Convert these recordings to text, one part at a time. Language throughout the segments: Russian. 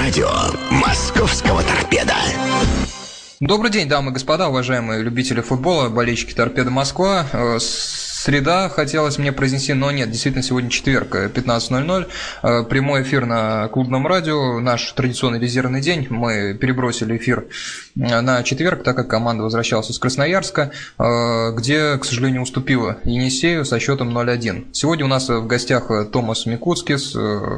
Радио московского «Торпедо». Добрый день, дамы и господа, уважаемые любители футбола, болельщики «Торпедо Москва». Среда хотелось мне произнести, но нет, действительно, сегодня четверг, 15:00, прямой эфир на Клубном радио, наш традиционный резервный день. Мы перебросили эфир на четверг, так как команда возвращалась из Красноярска, где, к сожалению, уступила Енисею со счетом 0-1. Сегодня у нас в гостях Томас Микуцкис,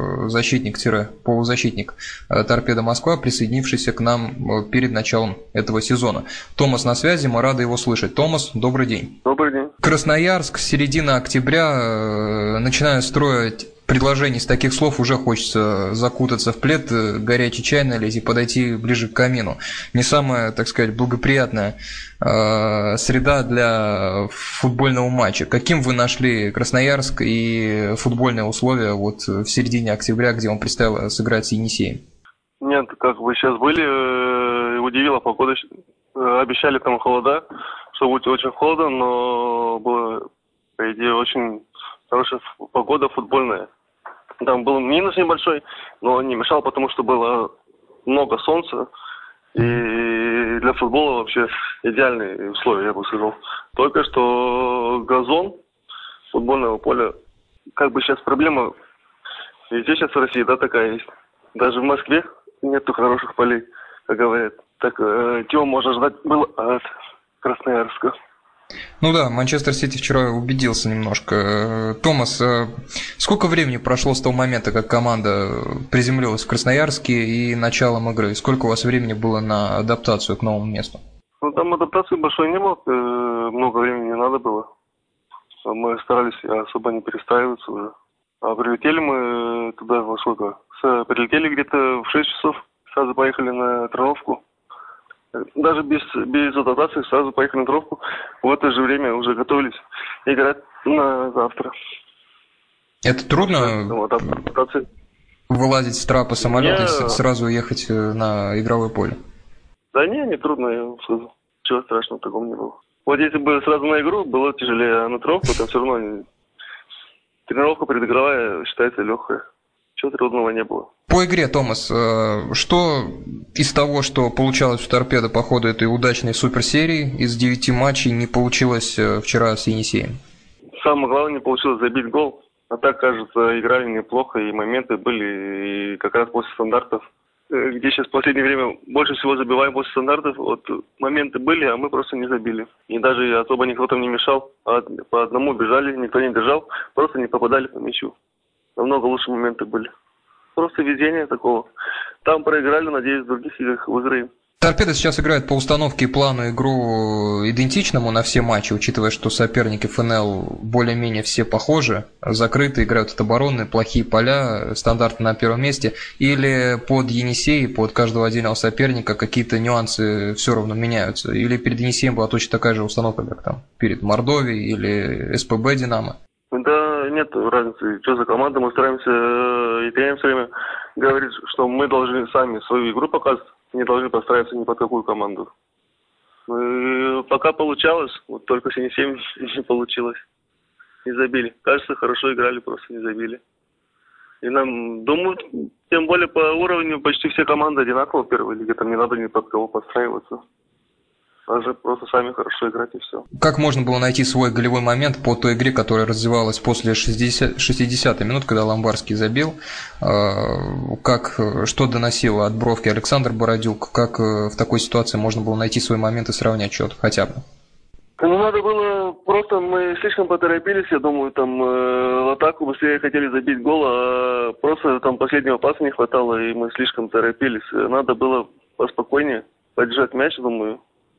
защитник-полузащитник «Торпедо Москва», присоединившийся к нам перед началом этого сезона. Томас на связи, мы рады его слышать. Томас, добрый день. Добрый день. Красноярск, середина октября, начиная строить предложений с таких слов, уже хочется закутаться в плед, горячий чай налить и подойти ближе к камину. Не самая, так сказать, благоприятная среда для футбольного матча. Каким вы нашли Красноярск и футбольные условия вот в середине октября, где вам предстояло сыграть с Енисеем? Нет, как бы сейчас были, удивила погода. Обещали там холода, что будет очень холодно, но было, по идее, очень хорошая погода футбольная. Там был минус небольшой, но не мешал, потому что было много солнца. И для футбола вообще идеальные условия, я бы сказал. Только что газон футбольного поля, как бы сейчас проблема, везде сейчас в России, да, такая есть. Даже в Москве нету хороших полей, как говорят. Так, чего можно ждать было от Красноярска? Ну да, Манчестер Сити вчера убедился немножко. Томас, сколько времени прошло с того момента, как команда приземлилась в Красноярске и началом игры? Сколько у вас времени было на адаптацию к новому месту? Ну, там адаптации большой не было, много времени не надо было. Мы старались особо не перестраиваться уже. А прилетели мы туда во сколько? Прилетели где-то в 6 часов, сразу поехали на тренировку. Даже без адаптации сразу поехали на тренировку. В это же время уже готовились играть на завтра. Это трудно вылазить с трапа самолета и сразу ехать на игровое поле? Да не трудно, я вам скажу. Чего страшного такого не было. Вот если бы сразу на игру было тяжелее, а на тренировку там все равно тренировка предыгровая считается легкая. Чего трудного не было. По игре, Томас, что из того, что получалось у «Торпедо» по ходу этой удачной суперсерии, из 9 матчей не получилось вчера с Енисеем? Самое главное, не получилось забить гол. А так, кажется, играли неплохо, и моменты были, и как раз после стандартов, где сейчас в последнее время больше всего забиваем после стандартов, вот моменты были, а мы просто не забили. И даже особо никто там не мешал, а по одному бежали, никто не держал, просто не попадали по мячу. Намного лучше моменты были. Просто везение такого. Там проиграли, надеюсь, в других играх выиграем. «Торпедо» сейчас играет по установке и плану игру идентичному на все матчи, учитывая, что соперники ФНЛ более-менее все похожи, закрыты, играют от обороны, плохие поля, стандарты на первом месте, или под Енисей, под каждого отдельного соперника какие-то нюансы все равно меняются, или перед Енисеем была точно такая же установка, как там перед Мордовией или СПБ «Динамо»? Да, нет разницы, что за команда, мы стараемся и тренер все время говорит, что мы должны сами свою игру показывать, не должны подстраиваться ни под какую команду. И пока получалось, вот только с Енисеем не получилось, не забили. Кажется, хорошо играли, просто не забили. И нам, думаю, тем более по уровню почти все команды одинаково в первой лиге, там не надо ни под кого подстраиваться. Даже просто сами хорошо играть и все. Как можно было найти свой голевой момент по той игре, которая развивалась после 60-й минут, когда Ламбарский забил? Что доносил от бровки Александр Бородюк? Как в такой ситуации можно было найти свой момент и сравнять счет хотя бы? Ну, надо было, просто мы слишком поторопились, я думаю, там в атаку быстрее хотели забить гол, а просто там последнего паса не хватало, и мы слишком торопились. Надо было поспокойнее подержать мяч, думаю.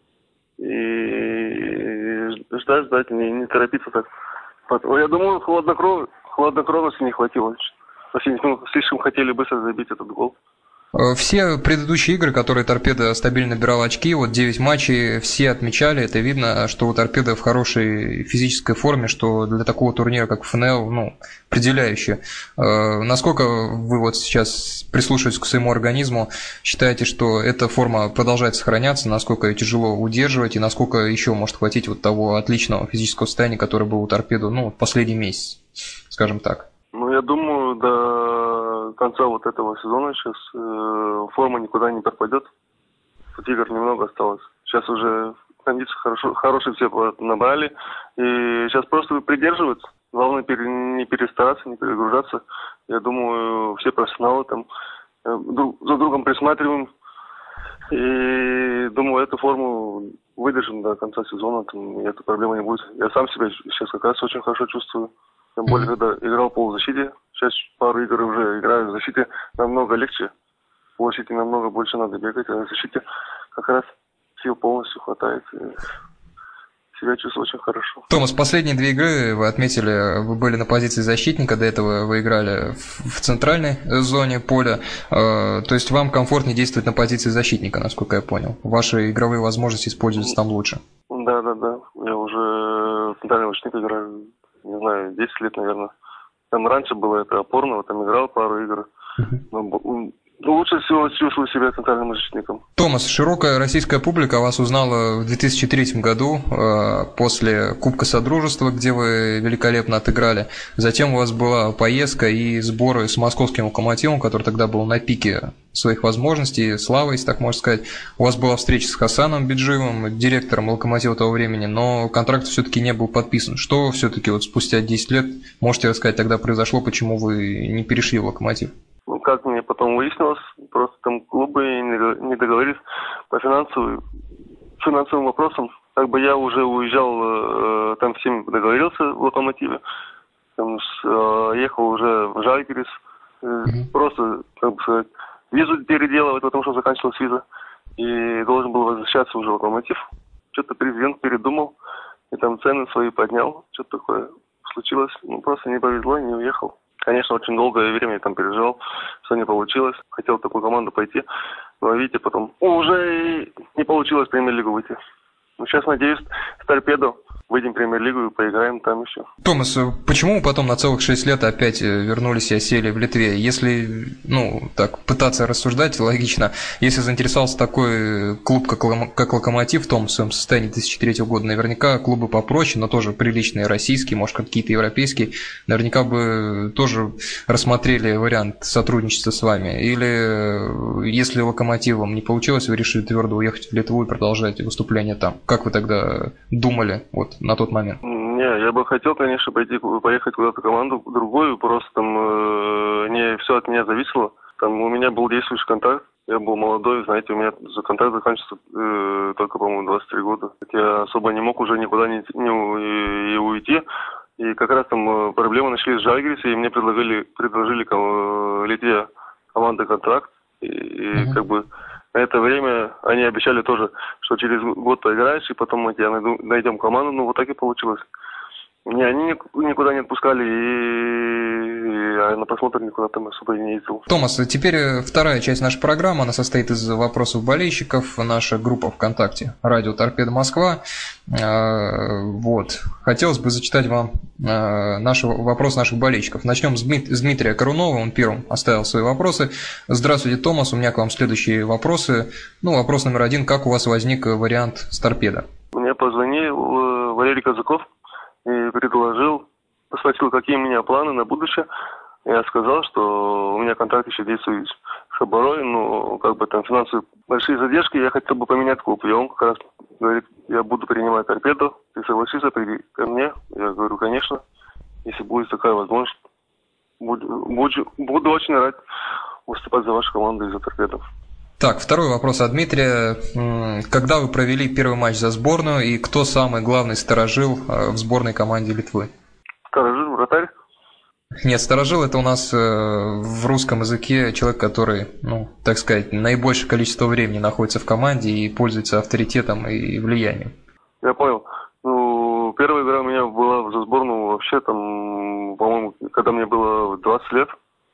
И ждать, не торопиться так. Я думаю, хладнокровности не хватило. Слишком хотели быстро забить этот гол. Все предыдущие игры, которые «Торпедо» стабильно набирал очки, вот 9 матчей, все отмечали, это видно, что у «Торпедо» в хорошей физической форме, что для такого турнира, как ФНЛ, определяюще. Насколько вы вот сейчас, прислушиваясь к своему организму, считаете, что эта форма продолжает сохраняться, насколько ее тяжело удерживать, и насколько еще может хватить вот того отличного физического состояния, которое было у «Торпедо», последний месяц, скажем так? Я думаю, до конца вот этого сезона сейчас форма никуда не пропадет. Тут игр немного осталось. Сейчас уже кондицию хорошие все набрали. И сейчас просто придерживаться. Главное не перестараться, не перегружаться. Я думаю, все профессионалы там за другом присматриваем. И думаю, эту форму выдержим до конца сезона. Там, и этой проблемы не будет. Я сам себя сейчас как раз очень хорошо чувствую. Тем более, когда играл в полузащите. Сейчас пару игр уже играю в защите. Намного легче. В полузащите намного больше надо бегать. А в защите как раз сил полностью хватает. И себя чувствую очень хорошо. Томас, последние 2 игры вы отметили, вы были на позиции защитника, до этого вы играли в центральной зоне поля, то есть вам комфортнее действовать на позиции защитника, насколько я понял. Ваши игровые возможности используются там лучше. Да. Я уже центральный защитник играю, не знаю, 10 лет, наверное. Там раньше было это опорного, там играл пару игр. Лучше всего чувствую себя центральным защитником. Томас, широкая российская публика вас узнала в 2003 году после Кубка Содружества, где вы великолепно отыграли. Затем у вас была поездка и сборы с московским «Локомотивом», который тогда был на пике своих возможностей, славы, если так можно сказать. У вас была встреча с Хасаном Биджиевым, директором «Локомотива» того времени, но контракт все-таки не был подписан. Что все-таки вот спустя 10 лет, можете рассказать, тогда произошло, почему вы не перешли в «Локомотив»? Ну, как мне потом выяснилось, просто там клубы не договорились по финансовым вопросам. Как бы я уже уезжал, там всем договорился в «Локомотиве». Там ехал уже в Жальгирис. Просто, как бы сказать, визу переделывать, потому что заканчивалась виза. И должен был возвращаться уже в «Локомотив». Что-то президент передумал и там цены свои поднял. Что-то такое случилось. Ну, просто не повезло, не уехал. Конечно, очень долгое время я там переживал, что не получилось. Хотел в такую команду пойти, но, видите, потом уже не получилось в премьер-лигу выйти. Ну, сейчас, надеюсь, с «Торпедо» выйдем в премьер-лигу и поиграем там еще. Томас, почему вы потом на целых 6 лет опять вернулись и осели в Литве? Если, так пытаться рассуждать логично, если заинтересовался такой клуб, как «Локомотив» в том своем состоянии 2003 года, наверняка клубы попроще, но тоже приличные российские, может, какие-то европейские, наверняка бы тоже рассмотрели вариант сотрудничества с вами. Или если «Локомотивом» не получилось, вы решили твердо уехать в Литву и продолжать выступление там. Как вы тогда думали на тот момент? Не, я бы хотел, конечно, поехать куда-то в команду другую, просто там не все от меня зависело. Там у меня был действующий контракт, я был молодой, знаете, у меня контракт заканчивается только, по-моему, 23 года. Я особо не мог уже никуда не уйти. И как раз там проблемы начались в Жальгирисе, и мне предложили Литве команды контракт. И как бы на это время они обещали тоже, что через год поиграешь, и потом мы тебя найдем команду. Ну, вот так и получилось. Меня они никуда не отпускали, и на просмотр никуда там особо и не ездил. Томас, теперь вторая часть нашей программы, она состоит из вопросов болельщиков. Наша группа ВКонтакте «Радио Торпедо Москва». Вот. Хотелось бы зачитать вам вопрос наших болельщиков. Начнем с Дмитрия Корунова, он первым оставил свои вопросы. Здравствуйте, Томас, у меня к вам следующие вопросы. Вопрос номер 1. Как у вас возник вариант с «Торпедо»? Мне позвонил Валерий Казаков и спросил, какие у меня планы на будущее. Я сказал, что у меня контракт еще действует с Хабарой, но как бы там финансовые большие задержки, я хотел бы поменять клуб. И он как раз говорит, я буду принимать «Торпедо», ты согласишься, приди ко мне. Я говорю, конечно, если будет такая возможность, буду очень рад выступать за вашу команду и за «Торпедо». Так, второй вопрос от Дмитрия. Когда вы провели первый матч за сборную и кто самый главный сторожил в сборной команде Литвы? Сторожил, вратарь? Нет, сторожил — это у нас в русском языке человек, который, так сказать, наибольшее количество времени находится в команде и пользуется авторитетом и влиянием. Я понял. Первая игра у меня была за сборную вообще там, по-моему, когда мне было 20 лет.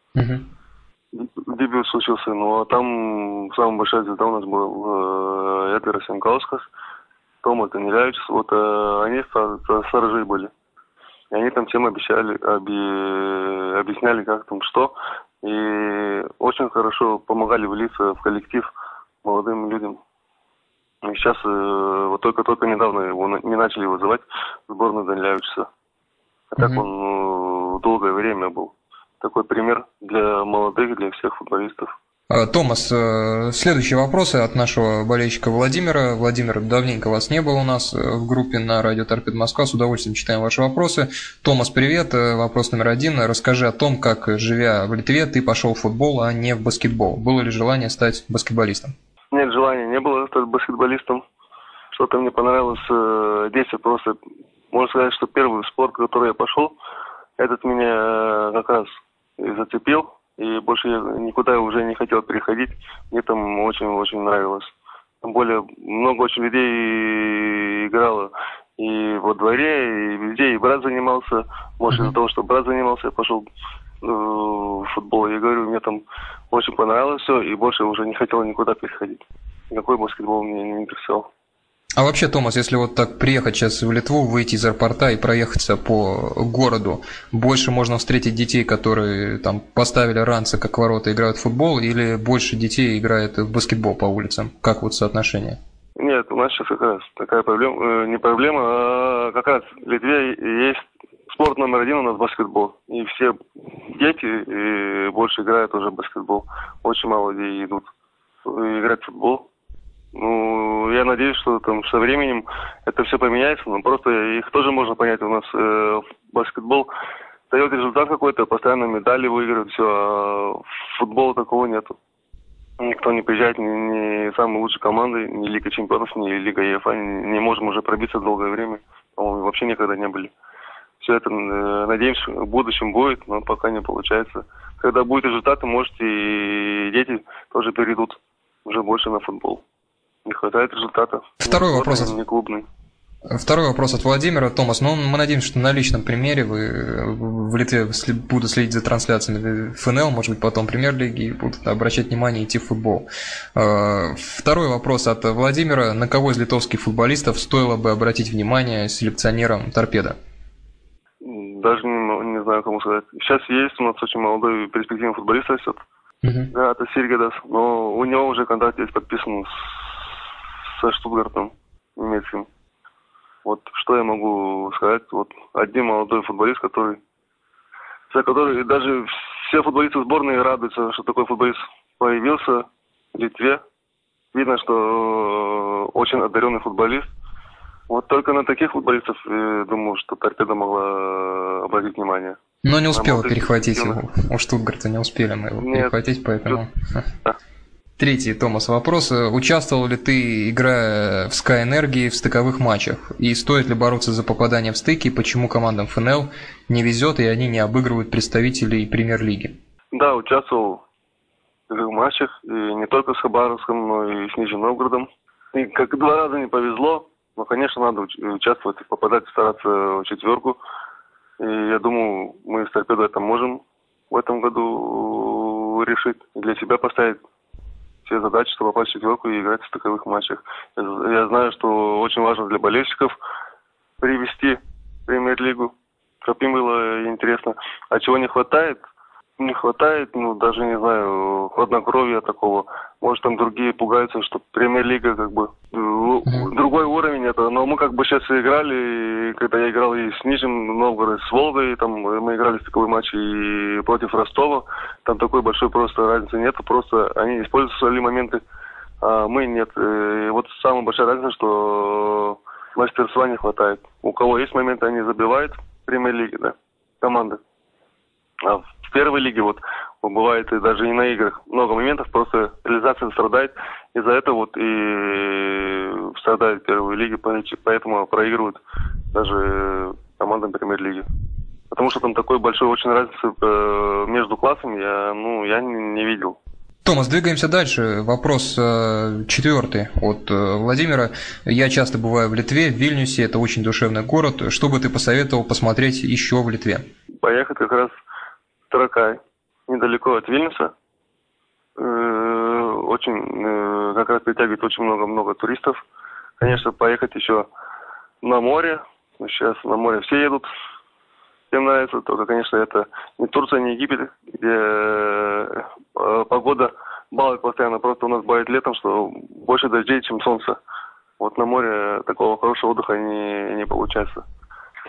Дебют случился, а там самая большая звезда у нас была Эдгар Сенкаускас, Томас Данилевич, вот они сторожи были. И они там всем объясняли, как там что, и очень хорошо помогали влиться в коллектив молодым людям. И сейчас вот только недавно его не начали вызывать в сборную Данилевича. А так он долгое время был. такой пример для молодых, для всех футболистов. Томас, следующие вопросы от нашего болельщика Владимира. Владимир, давненько вас не было у нас в группе на радио Торпедо Москва. С удовольствием читаем ваши вопросы. Томас, привет. Вопрос номер 1. Расскажи о том, как, живя в Литве, ты пошел в футбол, а не в баскетбол. Было ли желание стать баскетболистом? Нет, желания не было стать баскетболистом. Что-то мне понравилось в детстве просто. Можно сказать, что первый спорт, в который я пошел, этот меня как раз и зацепил. И больше я никуда уже не хотел переходить. Мне там очень-очень нравилось. Тем более много очень людей играло. И во дворе, и везде. И брат занимался. Может, из-за того, что брат занимался, я пошел в футбол. Я говорю, мне там очень понравилось все. И больше уже не хотел никуда переходить. Никакой баскетбол мне не интересовал. А вообще, Томас, если вот так приехать сейчас в Литву, выйти из аэропорта и проехаться по городу, больше можно встретить детей, которые там поставили ранцы как ворота, играют в футбол, или больше детей играет в баскетбол по улицам? Как вот соотношение? Нет, у нас сейчас как раз такая проблема, не проблема, а как раз в Литве есть спорт номер 1 у нас баскетбол. И все дети больше играют уже в баскетбол. Очень мало людей идут играть в футбол. Ну, я надеюсь, что там со временем это все поменяется, но просто их тоже можно понять. У нас баскетбол дает результат какой-то, постоянно медали выигрывают, все, а футбола такого нету. Никто не приезжает, ни самые лучшие команды, ни Лига Чемпионов, ни Лига ЕФА, не можем уже пробиться долгое время. По-моему, вообще никогда не были. Все это, надеемся, в будущем будет, но пока не получается. Когда будет результат, может, и дети тоже перейдут уже больше на футбол. Не хватает результата. Второй вопрос. Не клубный. Второй вопрос от Владимира. Томас, ну мы надеемся, что на личном примере вы в Литве будут следить за трансляциями ФНЛ, может быть, потом Премьер-лиги, и будут обращать внимание и идти в футбол. Второй вопрос от Владимира. На кого из литовских футболистов стоило бы обратить внимание селекционером «Торпедо»? Даже не знаю, кому сказать. Сейчас есть у нас очень молодой перспективный футболист растет. Да, это Сиргедас, но у него уже контракт есть подписан со Штутгартом немецким. Вот что я могу сказать. Вот один молодой футболист, за который даже все футболисты сборной радуются, что такой футболист появился в Литве. Видно, что очень одаренный футболист. Вот только на таких футболистов, думаю, что Торпедо могла обратить внимание. Но не успела перехватить его. У Штутгарта не успели мы его перехватить, поэтому... Третий, Томас, вопрос. Участвовал ли ты, играя в Sky Energy, в стыковых матчах? И стоит ли бороться за попадание в стыки? Почему командам ФНЛ не везет, и они не обыгрывают представителей Премьер-лиги? Да, участвовал в стыковых матчах. И не только с Хабаровском, но и с Нижним Новгородом. И как 2 раза не повезло. Но, конечно, надо участвовать, попадать, стараться в четверку. И я думаю, мы с Торпедо это можем в этом году решить. Для себя поставить все задачи, чтобы попасть в четверку и играть в таковых матчах. Я знаю, что очень важно для болельщиков привести Премьер-лигу, чтобы им было интересно. А чего не хватает? Не хватает, даже не знаю, хладнокровия такого. Может, там другие пугаются, что Премьер-лига как бы другой уровень это. Но мы как бы сейчас играли, когда я играл и с Нижним Новгородом, с Волгой, там мы играли в такой матч и против Ростова. Там такой большой просто разницы нет, просто они используют свои моменты, а мы нет. И вот самая большая разница, что мастерства не хватает. У кого есть моменты, они забивают в Премьер-лиге, да, команды. А в первой лиге вот бывает и даже и на играх много моментов, просто реализация страдает. Из-за этого вот и страдает первые лиги, поэтому проигрывают даже командам Премьер-лиги. Потому что там такой большой очень разницы между классами я не видел. Томас, двигаемся дальше. Вопрос 4 от Владимира. Я часто бываю в Литве, в Вильнюсе, это очень душевный город. Что бы ты посоветовал посмотреть еще в Литве? Поехать как раз в Таракай, недалеко от Вильнюса. Очень, как раз притягивает очень много туристов. Конечно, поехать еще на море. Сейчас на море все едут. Всем нравится, только, конечно, это не Турция, не Египет, где погода балует постоянно. Просто у нас бывает летом, что больше дождей, чем солнца. Вот на море такого хорошего отдыха не получается.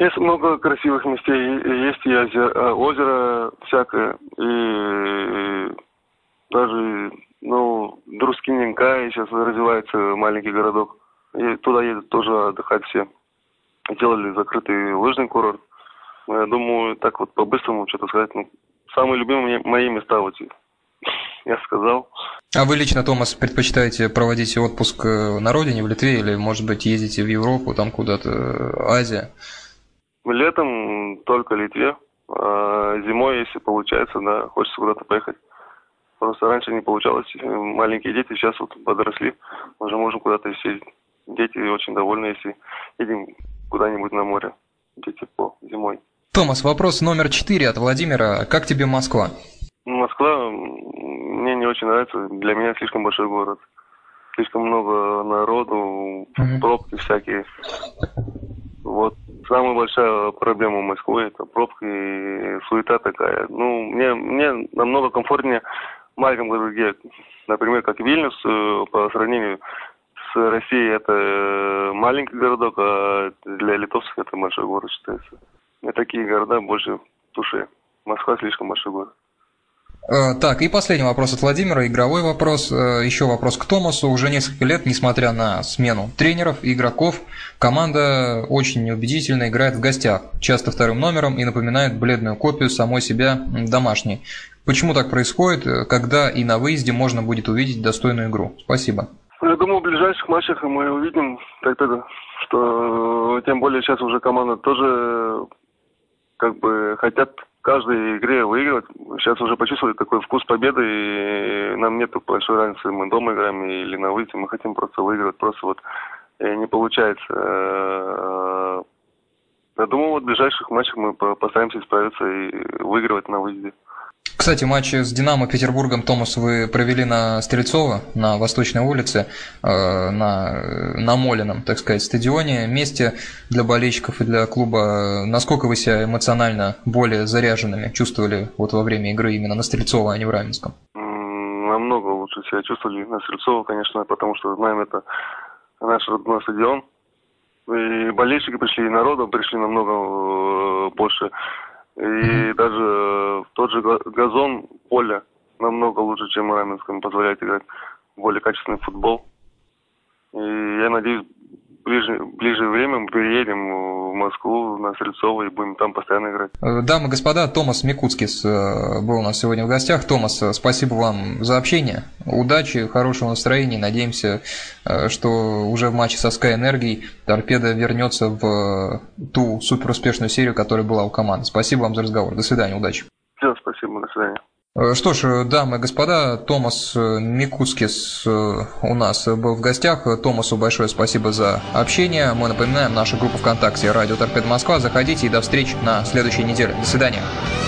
Есть много красивых местей, есть и озеро всякое, и даже, Друскиненка, сейчас развивается маленький городок, и туда едут тоже отдыхать все. Делали закрытый лыжный курорт. Я думаю, так вот по-быстрому что-то сказать, самые любимые мои места, я сказал. А вы лично, Томас, предпочитаете проводить отпуск на родине, в Литве, или, может быть, ездите в Европу, там куда-то, Азия? Летом только в Литве, а зимой, если получается, да, хочется куда-то поехать. Просто раньше не получалось, маленькие дети сейчас вот подросли, уже можем куда-то съездить. Дети очень довольны, если едем куда-нибудь на море, где тепло зимой. Томас, вопрос номер 4 от Владимира. Как тебе Москва? Москва мне не очень нравится, для меня слишком большой город. Слишком много народу, пробки всякие. Вот. Самая большая проблема Москвы — это пробки и суета такая. Мне намного комфортнее в маленьком городке, например, как Вильнюс, по сравнению с Россией это маленький городок, а для литовцев это большой город считается. Мне такие города больше в душе. Москва слишком большой город. Так, и последний вопрос от Владимира, игровой вопрос. Еще вопрос к Томасу. Уже несколько лет, несмотря на смену тренеров и игроков, команда очень неубедительно играет в гостях, часто вторым номером, и напоминает бледную копию самой себя домашней. Почему так происходит? Когда и на выезде можно будет увидеть достойную игру? Спасибо. Я думаю, в ближайших матчах мы увидим, что тем более сейчас уже команда тоже хотят в каждой игре выигрывать. Сейчас уже почувствовали такой вкус победы, и нам нет большой разницы, мы дома играем или на выезде, мы хотим просто выигрывать, не получается. Я думаю, в ближайших матчах мы постараемся справиться и выигрывать на выезде. Кстати, матч с «Динамо» Петербургом, Томас, вы провели на Стрельцова, на Восточной улице, на Молином, так сказать, стадионе. Месте для болельщиков и для клуба. Насколько вы себя эмоционально более заряженными чувствовали во время игры именно на Стрельцова, а не в Раменском? Намного лучше себя чувствовали на Стрельцова, конечно, потому что знаем, это наш родной стадион. И болельщики пришли, и народу пришли намного больше. И даже тот же газон, поле намного лучше, чем в Раменском, позволяет играть более качественный футбол. И я надеюсь, в ближайшее время мы переедем в Москву на Стрельцова и будем там постоянно играть. Дамы и господа, Томас Микутскис был у нас сегодня в гостях. Томас, спасибо вам за общение. Удачи, хорошего настроения. Надеемся, что уже в матче со Sky Энергией Торпедо вернется в ту суперуспешную серию, которая была у команды. Спасибо вам за разговор. До свидания, удачи. Все, спасибо, до свидания. Что ж, дамы и господа, Томас Микутскис у нас был в гостях. Томасу большое спасибо за общение. Мы напоминаем, наша группа ВКонтакте «Радио Торпедо Москва». Заходите и до встречи на следующей неделе. До свидания.